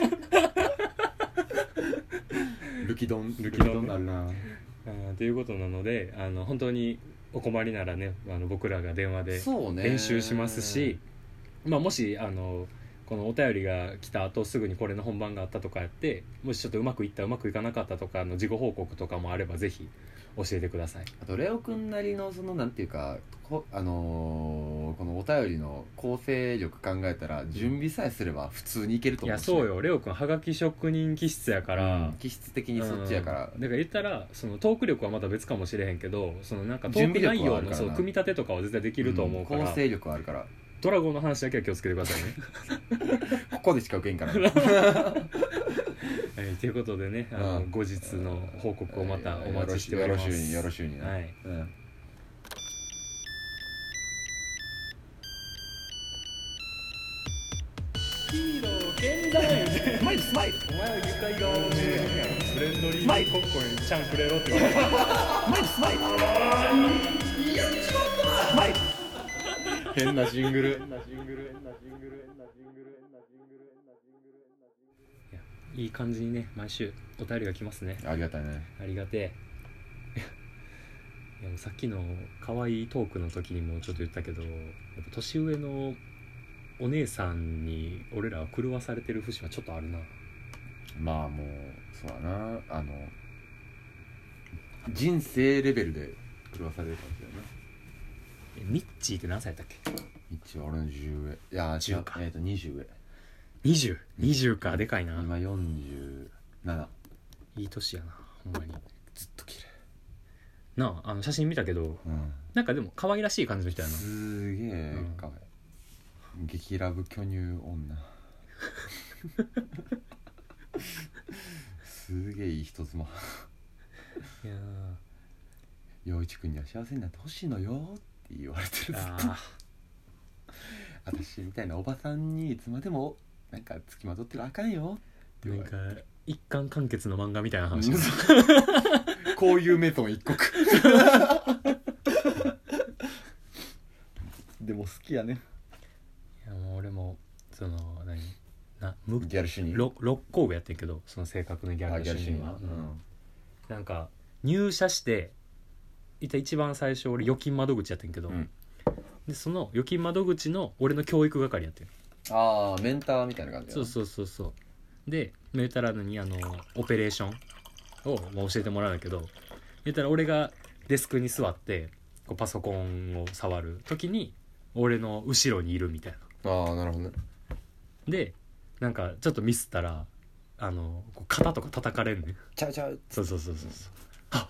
ルキドンルキドンあるなあということなのであの本当にお困りならねあの僕らが電話で練習しますし、まあ、もしあのこのお便りが来た後すぐにこれの本番があったとかやってもしちょっとうまくいったうまくいかなかったとかの事後報告とかもあればぜひ教えてください。 あとレオくんなりのそのなんていうかこ、あのー、このお便りの構成力考えたら準備さえすれば普通にいけると思うし、 いやそうよレオくんはがき職人気質やから、うん、 気質的にそっちやから、 うん、だから言ったらそのトーク力はまた別かもしれへんけどそのなんかトーク内容のそう組み立てとかは絶対できると思うから、うん、 構成力はあるからドラゴンの話だけは気をつけてくださいねここでしか受けんからはい、ということでねあの、うん、後日の報告をまたお待ちしております。 よろしゅうによろしゅうにね、 はいうん、ヒーロー現在スマイルスマイルお前は愉快顔をしてるやんフレンドリーにコッコにちゃんくれろって言われてスマイルスマイルいやちまったスマイル変なジングル変なジングル変なジングル変なジングル変なジングル変なジングル変なジングルいやいい感じにね毎週お便りが来ますね。 ありがたいねありがてえいやさっきの可愛いトークの時にもちょっと言ったけど、やっぱ年上のお姉さんに俺らは狂わされてる節はちょっとあるな。 まあもうそうだな、あの人生レベルで狂わされるかもしれないな。 えミッチーって何歳だったっけ？ ミッチーは俺のじゅう上。いやじゅうか、 えっ、ー、とにじゅう上。 にじゅう、にじゅうか、でかいな。 今よんじゅうなな。 いい年やなほんまに。 ずっと綺麗なあ、あの写真見たけど、 うん、 なんかでも可愛らしい感じの人やな。 すげえ可愛い、うん、激ラブ巨乳女すげえいい人妻。 いや陽一くんには幸せになってほしいのよって言われてる。ずっと私みたいなおばさんにいつまでもなんか付きまとってるあかんよって言われて、 なんか一巻完結の漫画みたいな話。 こういうメゾン一国。でも好きやね。 いやもう俺もその何なむギャル主任六甲部やってんけど、その正確なギャル主任は、 うん、 なんか入社していた一番最初俺預金窓口やってんけど、うん、でその預金窓口の俺の教育係やってる。 ああメンターみたいな感じ。 そうそうそうそう。で言ったら何あのオペレーションを教えてもらうんだけど、言ったら俺がデスクに座ってこうパソコンを触る時に俺の後ろにいるみたいな。ああなるほどね。 でなんかちょっとミスったらあのこう肩とか叩かれんねん。 ちゃうちゃう。 そうそうそうそうそう。は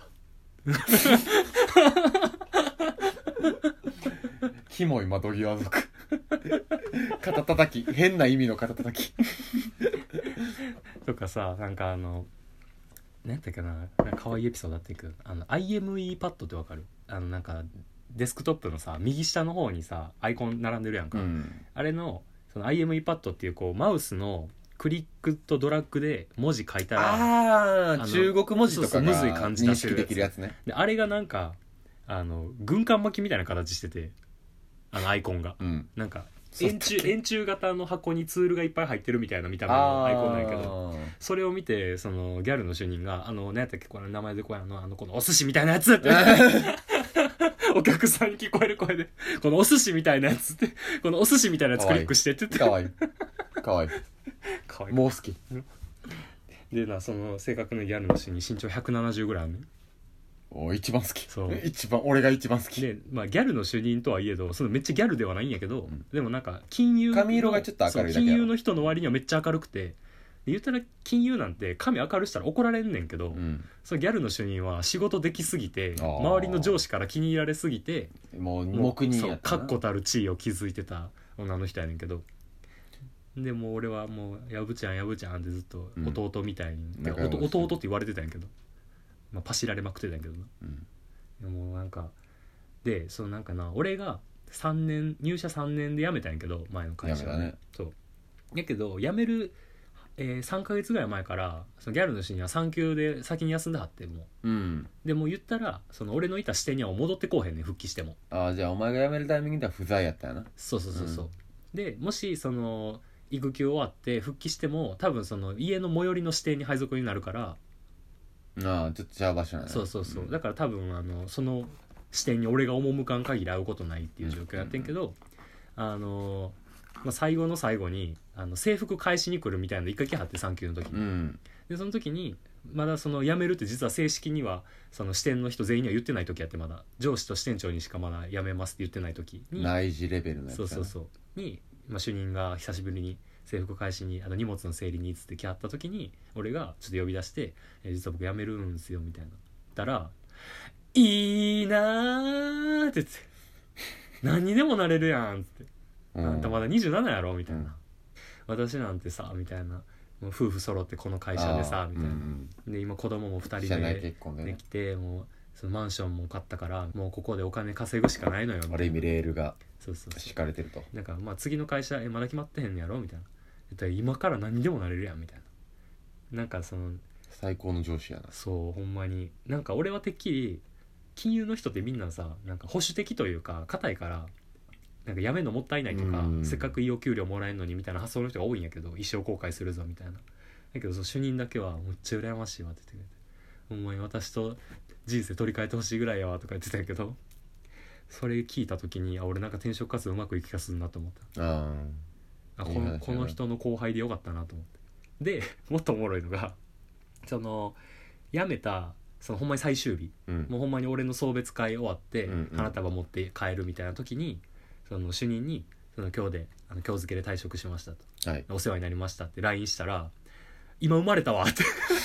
っキモい窓際族。肩叩き、変な意味の肩叩きとかさ、なんかあの何やったっけな、なんか可愛いエピソードだったけど、あの アイエムイー パッドってわかる？あのなんかデスクトップのさ右下の方にさアイコン並んでるやんか、うん、あれのその アイエムイー パッドっていうこうマウスのクリックとドラッグで文字書いたら、 ああ中国文字とかがむずい感じ出せる認識できるやつね。 であれがなんかあの軍艦巻きみたいな形してて、あのアイコンが、うん、なんか円柱円柱型の箱にツールがいっぱい入ってるみたいな見た目のアイコンなんやけど、それを見てそのギャルの主任があの何やったっけこの名前でこうやのあのこのお寿司みたいなやつってお客さんに聞こえる声でこのお寿司みたいなやつってこのお寿司みたいなやつクリックしてって言ってかわいいかわいいかわいいもう好きでな、その正確なギャルの主任身長ひゃくななじゅうぐらいあるね。 お一番好き。 そう一番俺が一番好きで、まあ、ギャルの主任とはいえどそのめっちゃギャルではないんやけど、うん、でもなんか金融髪色がちょっと明るいだけ金融の人の割にはめっちゃ明るくて、言ったら金融なんて髪明るしたら怒られんねんけど、うん、そのギャルの主任は仕事できすぎて周りの上司から気に入られすぎてもう黙認やったな。 確固たる地位を築いてた女の人やねんけど、でも俺はもうやぶちゃんやぶちゃんってずっと弟みたいに、うん、弟って言われてたんやけど、まあ、パシられまくってたんやけどな、うんでもなんかでそのなんかな俺がさんねん入社さんねんで辞めたんやけど前の会社はね, ねそうやけど辞める、えー、さんかげつぐらい前からそのギャルの人には産休で先に休んではってもう、うん、でも言ったらその俺のいた支店には戻ってこうへんねん復帰しても。 ああじゃあお前が辞めるタイミングでは不在やったよな。 そうそうそうそう、うん、でもしその育休終わって復帰しても多分その家の最寄りの支店に配属になるからああちょっと違う場所なんだね。そうそうそう、うん、だから多分あのその視点に俺が赴かん限り会うことないっていう状況やってんけど、うんうん、あの、まあ、最後の最後にあの制服返しに来るみたいなの一回来はって産休の時に、うん、でその時にまだその辞めるって実は正式にはその支店の人全員には言ってない時やって、まだ上司と支店長にしかまだ辞めますって言ってない時に内示レベルのやつそうそうそうに、まあ、主任が久しぶりに制服返しにあの荷物の整理につって来はった時に俺がちょっと呼び出してえ実は僕辞めるんですよみたいな言ったらいいなーって言って何にでもなれるやんって、うん、あんたまだにじゅうななやろみたいな、うん、私なんてさみたいなもう夫婦揃ってこの会社でさみたいな、うんうん、で今子供もふたりでできてもうそのマンションも買ったからもうここでお金稼ぐしかないのよみたいな。 ある意味レールがそうそうそう敷かれてると。 なんかまあ次の会社えまだ決まってへんのやろみたいな言ったら今から何にでもなれるやんみたいな。なんかその最高の上司やな。 そうほんまになんか俺はてっきり金融の人ってみんなさなんか保守的というか硬いからなんか辞めるのもったいないとか、うん、せっかくいいお給料もらえるのにみたいな発想の人が多いんやけど一生後悔するぞみたいな。だけどその主任だけはめっちゃ羨ましいわって言ってくれてほんまに私と人生取り替えてほしいぐらいやわとか言ってたけど、それ聞いた時にあ俺なんか転職活動うまくいく気がするなと思った。 ああこのこの人の後輩でよかったなと思って。でもっとおもろいのがその辞めたそのほんまに最終日、 うん、 もうほんまに俺の送別会終わって、 うんうん、 花束持って帰るみたいな時にその主任にその今日であの今日付けで退職しましたと、 はい、 お世話になりましたって ライン したら今生まれたわって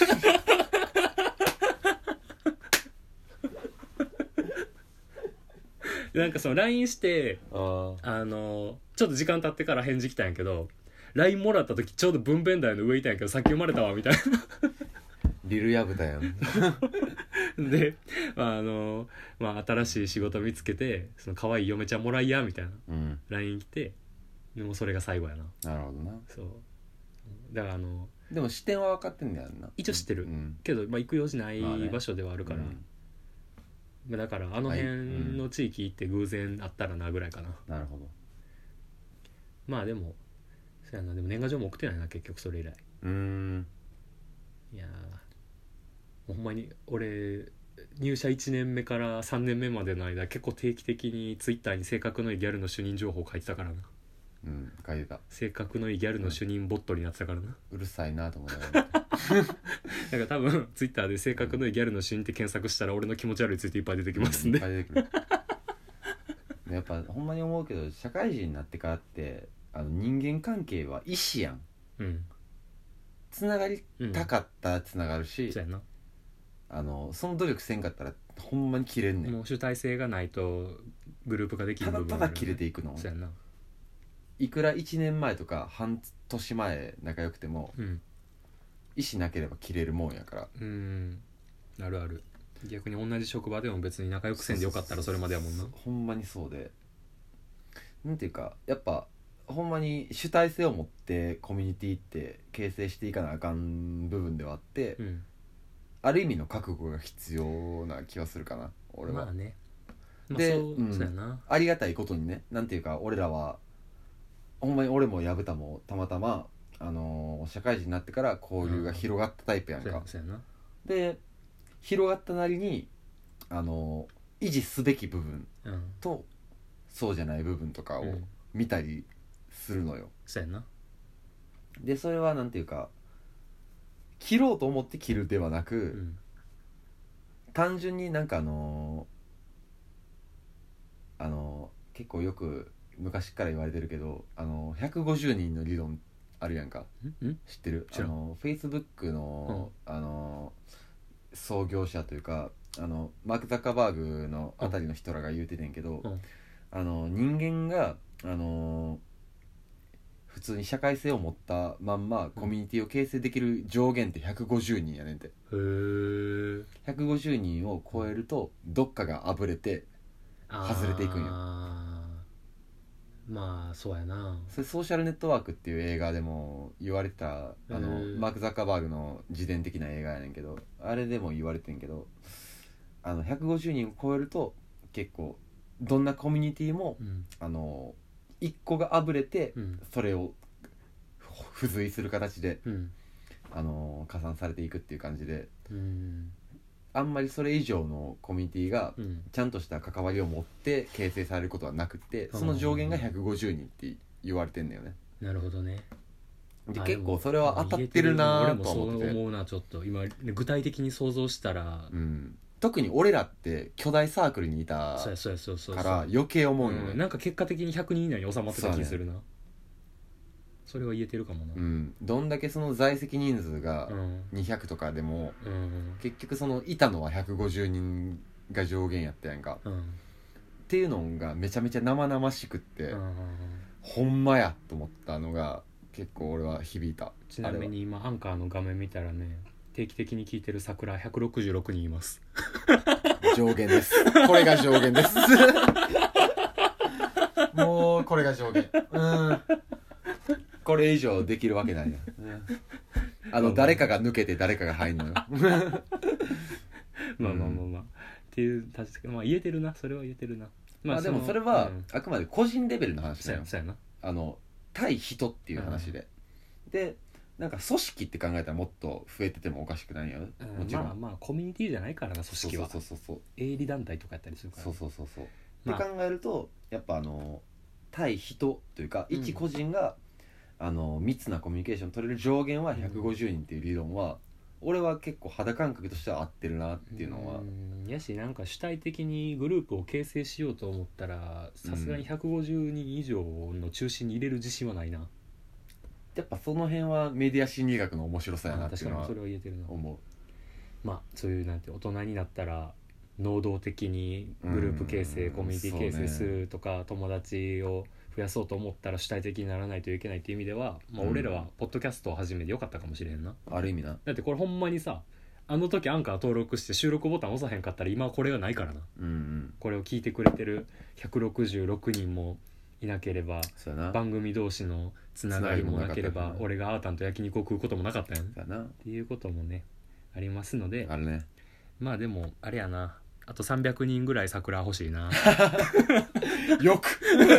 なんかその ライン してああのちょっと時間経ってから返事来たんやけど ライン もらった時ちょうど分娩台の上いたんやけどさっき生まれたわみたいなリルヤブタやんで、まああのまあ、新しい仕事見つけてその可愛い嫁ちゃんもらいやみたいな、 うん、 ライン 来てでもそれが最後やな。 なるほどな。 そうだからあのでも視点は分かってんだよな。 一応知ってる、 うん、 けど、まあ、行く用事ない場所ではあるから、まあねうん、だからあの辺の地域行って偶然会ったらなぐらいかな、はいうん、なるほど。 まあでもそうやな。でも年賀状も送ってないな結局それ以来。 うーんいやもうほんまに俺入社いちねんめからさんねんめまでの間結構定期的にツイッターに性格のいいギャルの主任情報書いてたからな。 うん書いてた。 性格のいいギャルの主任ボットになってたからな、 うん、うるさいなと思いながらだから多分ツイッターで性格のいいギャルの主任って検索したら俺の気持ち悪いツイートいっぱい出てきますんで、 うん、いっぱい出てくるやっぱほんまに思うけど社会人になってからってあの人間関係は意思やん。 うんつながりたかったらつながるし、 うん、そうやな。 あのその努力せんかったらほんまに切れんねん。 もう主体性がないとグループ化できる部分、ね、 ただただ切れていくの。 そうやな。 いくらいちねんまえとか半年前仲良くても、うん、意思なければ切れるもんやから。 うんあるある。逆に同じ職場でも別に仲良くせんでよかったらそれまでやもんな。 ほんまにそうでなんていうかやっぱほんまに主体性を持ってコミュニティって形成していかなあかん部分ではあって、うん、ある意味の覚悟が必要な気はするかな俺は。 まあね、 まあ、で、そう、うん、そうやな。ありがたいことにねなんていうか俺らはほんまに俺も矢蓋もたまたま、あのー、社会人になってから交流が広がったタイプやんか、うん、そうやな。で広がったなりに、あのー、維持すべき部分と、うん、そうじゃない部分とかを見たりするのよ、うん、 そうやな。 でそれはなんていうか切ろうと思って切るではなく、うん、単純になんかあのー、あのー、結構よく昔から言われてるけどあのひゃくごじゅうにんの理論あるやんか。ん知ってる？あの Facebook の、うん、あの創業者というかあのマーク・ザッカーバーグのあたりの人らが言うててんけど、うん、あの人間があの普通に社会性を持ったまんまコミュニティを形成できる上限ってひゃくごじゅうにんやねんて。へー。ひゃくごじゅうにんを超えるとどっかがあぶれて外れていくんよ。 まあそうやな。 それソーシャルネットワークっていう映画でも言われてたあのマーク・ザッカーバーグの自伝的な映画やねんけどあれでも言われてんけどあのひゃくごじゅうにんを超えると結構どんなコミュニティも、うん、あのいっこがあぶれて、うん、それを付随する形で、うん、あの加算されていくっていう感じで、うん、あんまりそれ以上のコミュニティがちゃんとした関わりを持って形成されることはなくて、その上限がひゃくごじゅうにんって言われてんだよね。 なるほどね。 で結構それは当たってるなと思ってて、 俺もそう思うな。ちょっと今具体的に想像したら、 うん、特に俺らって巨大サークルにいたから余計思うよね、 うん、なんか結果的にひゃくにん以内に収まってた気するな。 そ,、ね、それは言えてるかもな、 うん、どんだけその在籍人数がにひゃくとかでも、うん、結局そのいたのはひゃくごじゅうにんが上限やったやんか、うん、っていうのがめちゃめちゃ生々しくって、うん、ほんまやと思ったのが結構俺は響いた。 ちなみに今アンカーの画面見たらね定期的に聞いてる桜ひゃくろくじゅうろくにんいます。 上限です。これが上限です。もうこれが上限。うん。これ以上できるわけないや、うん、あの誰かが抜けて誰かが入んのよ。まあまあまあまあっていう確かまあ言えてるな。それは言えてるな。 まあ、まあ、でもそれは、うん、あくまで個人レベルの話だよ。 そうやな。 あの対人っていう話で、うん、でなんか組織って考えたらもっと増えててもおかしくないよ、 うん、 もちろん。 まあまあコミュニティじゃないからな組織は。 そうそうそうそう。 営利団体とかやったりするから。 そうそうそうそう。 まあ、 って考えるとやっぱあの対人というか一個人が、うん、あの密なコミュニケーション取れる上限はひゃくごじゅうにんっていう理論は、うん、俺は結構肌感覚としては合ってるなっていうのは。 うんやしなんか主体的にグループを形成しようと思ったらさすがにひゃくごじゅうにん以上の中心に入れる自信はないな。 やっぱその辺はメディア心理学の面白さやなっていうのは確かにそれは言えてるな。 思う。 まあそういうなんて大人になったら能動的にグループ形成、コミュニティ形成するとか、ね、友達を増やそうと思ったら主体的にならないといけないっていう意味では、まあ、俺らはポッドキャストを始めてよかったかもしれんな、 うん、ある意味な。 だってこれほんまにさあの時アンカー登録して収録ボタン押さへんかったら今はこれがないからな、 うんうん、 これを聞いてくれてるひゃくろくじゅうろくにんもいなければ番組同士のつながりもなければ俺があーたんと焼肉を食うこともなかったやんっていうこともねありますので、 あるね。 まあでもあれやな、あとさんびゃくにんぐらい桜欲しいなよく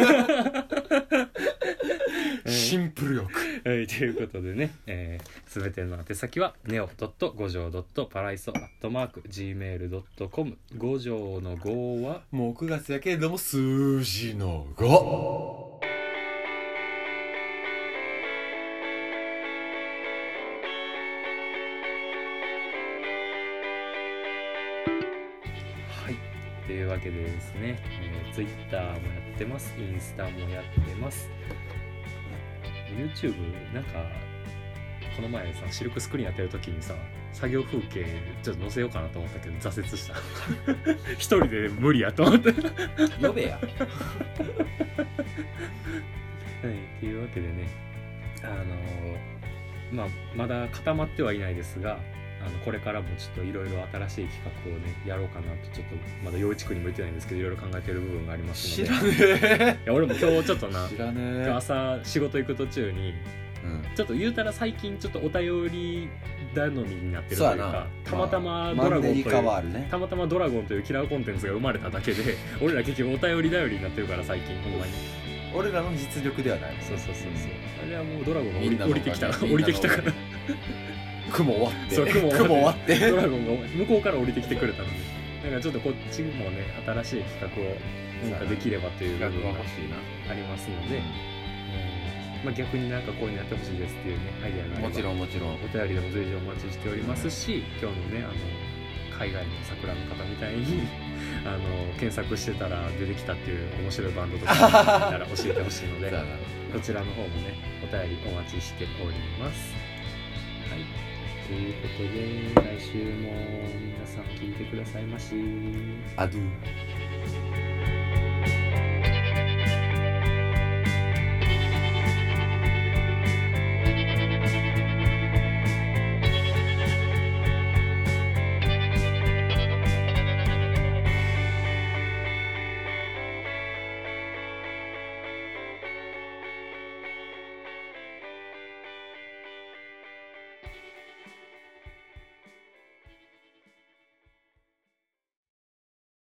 シンプルよく、 はい、ということでね、えー、全ての宛先は ネオ 五条 パライソ アットマーク ジーメール ドットコム 五条のごはもうくがつやけれども数字のご。 というわけでですね、えー、Twitter もやってます、インスタもやってます、 YouTube なんかこの前さシルクスクリーンやってる時にさ作業風景ちょっと載せようかなと思ったけど挫折した一人で無理やと思って呼べやはい、 というわけでね、あのー、まあまだ固まってはいないですが、あのこれからもちょっといろいろ新しい企画をねやろうかなと、ちょっとまだ陽一くんにも言ってないんですけどいろいろ考えてる部分がありますので。 知らねえ。 いや俺も今日ちょっとな知らねえ。 朝仕事行く途中に、うん、ちょっと言うたら最近ちょっとお便り頼みになってるというか、たまたまドラゴンという、ね、たまたまドラゴンというキラーコンテンツが生まれただけで俺ら結局お便り頼りになってるから最近ほんまに俺らの実力ではない。 そうそうそうそう、あれはもうドラゴンが降り、降りてきた降りてきたから雲終わってそう雲終わってドラゴンが向こうから降りてきてくれたので、だからちょっとこっちもね新しい企画をなんかできればという部分がありますので、まあ、逆になんかこういうのやってほしいですっていうねアイデアがあればもちろんもちろんお便りでも随時お待ちしておりますし、今日のねあの海外の桜の方みたいにあの検索してたら出てきたっていう面白いバンドとかいたら教えてほしいのでこちらの方もねお便りお待ちしております。はい、ということで来週も皆さん聞いてくださいまし。 アドゥ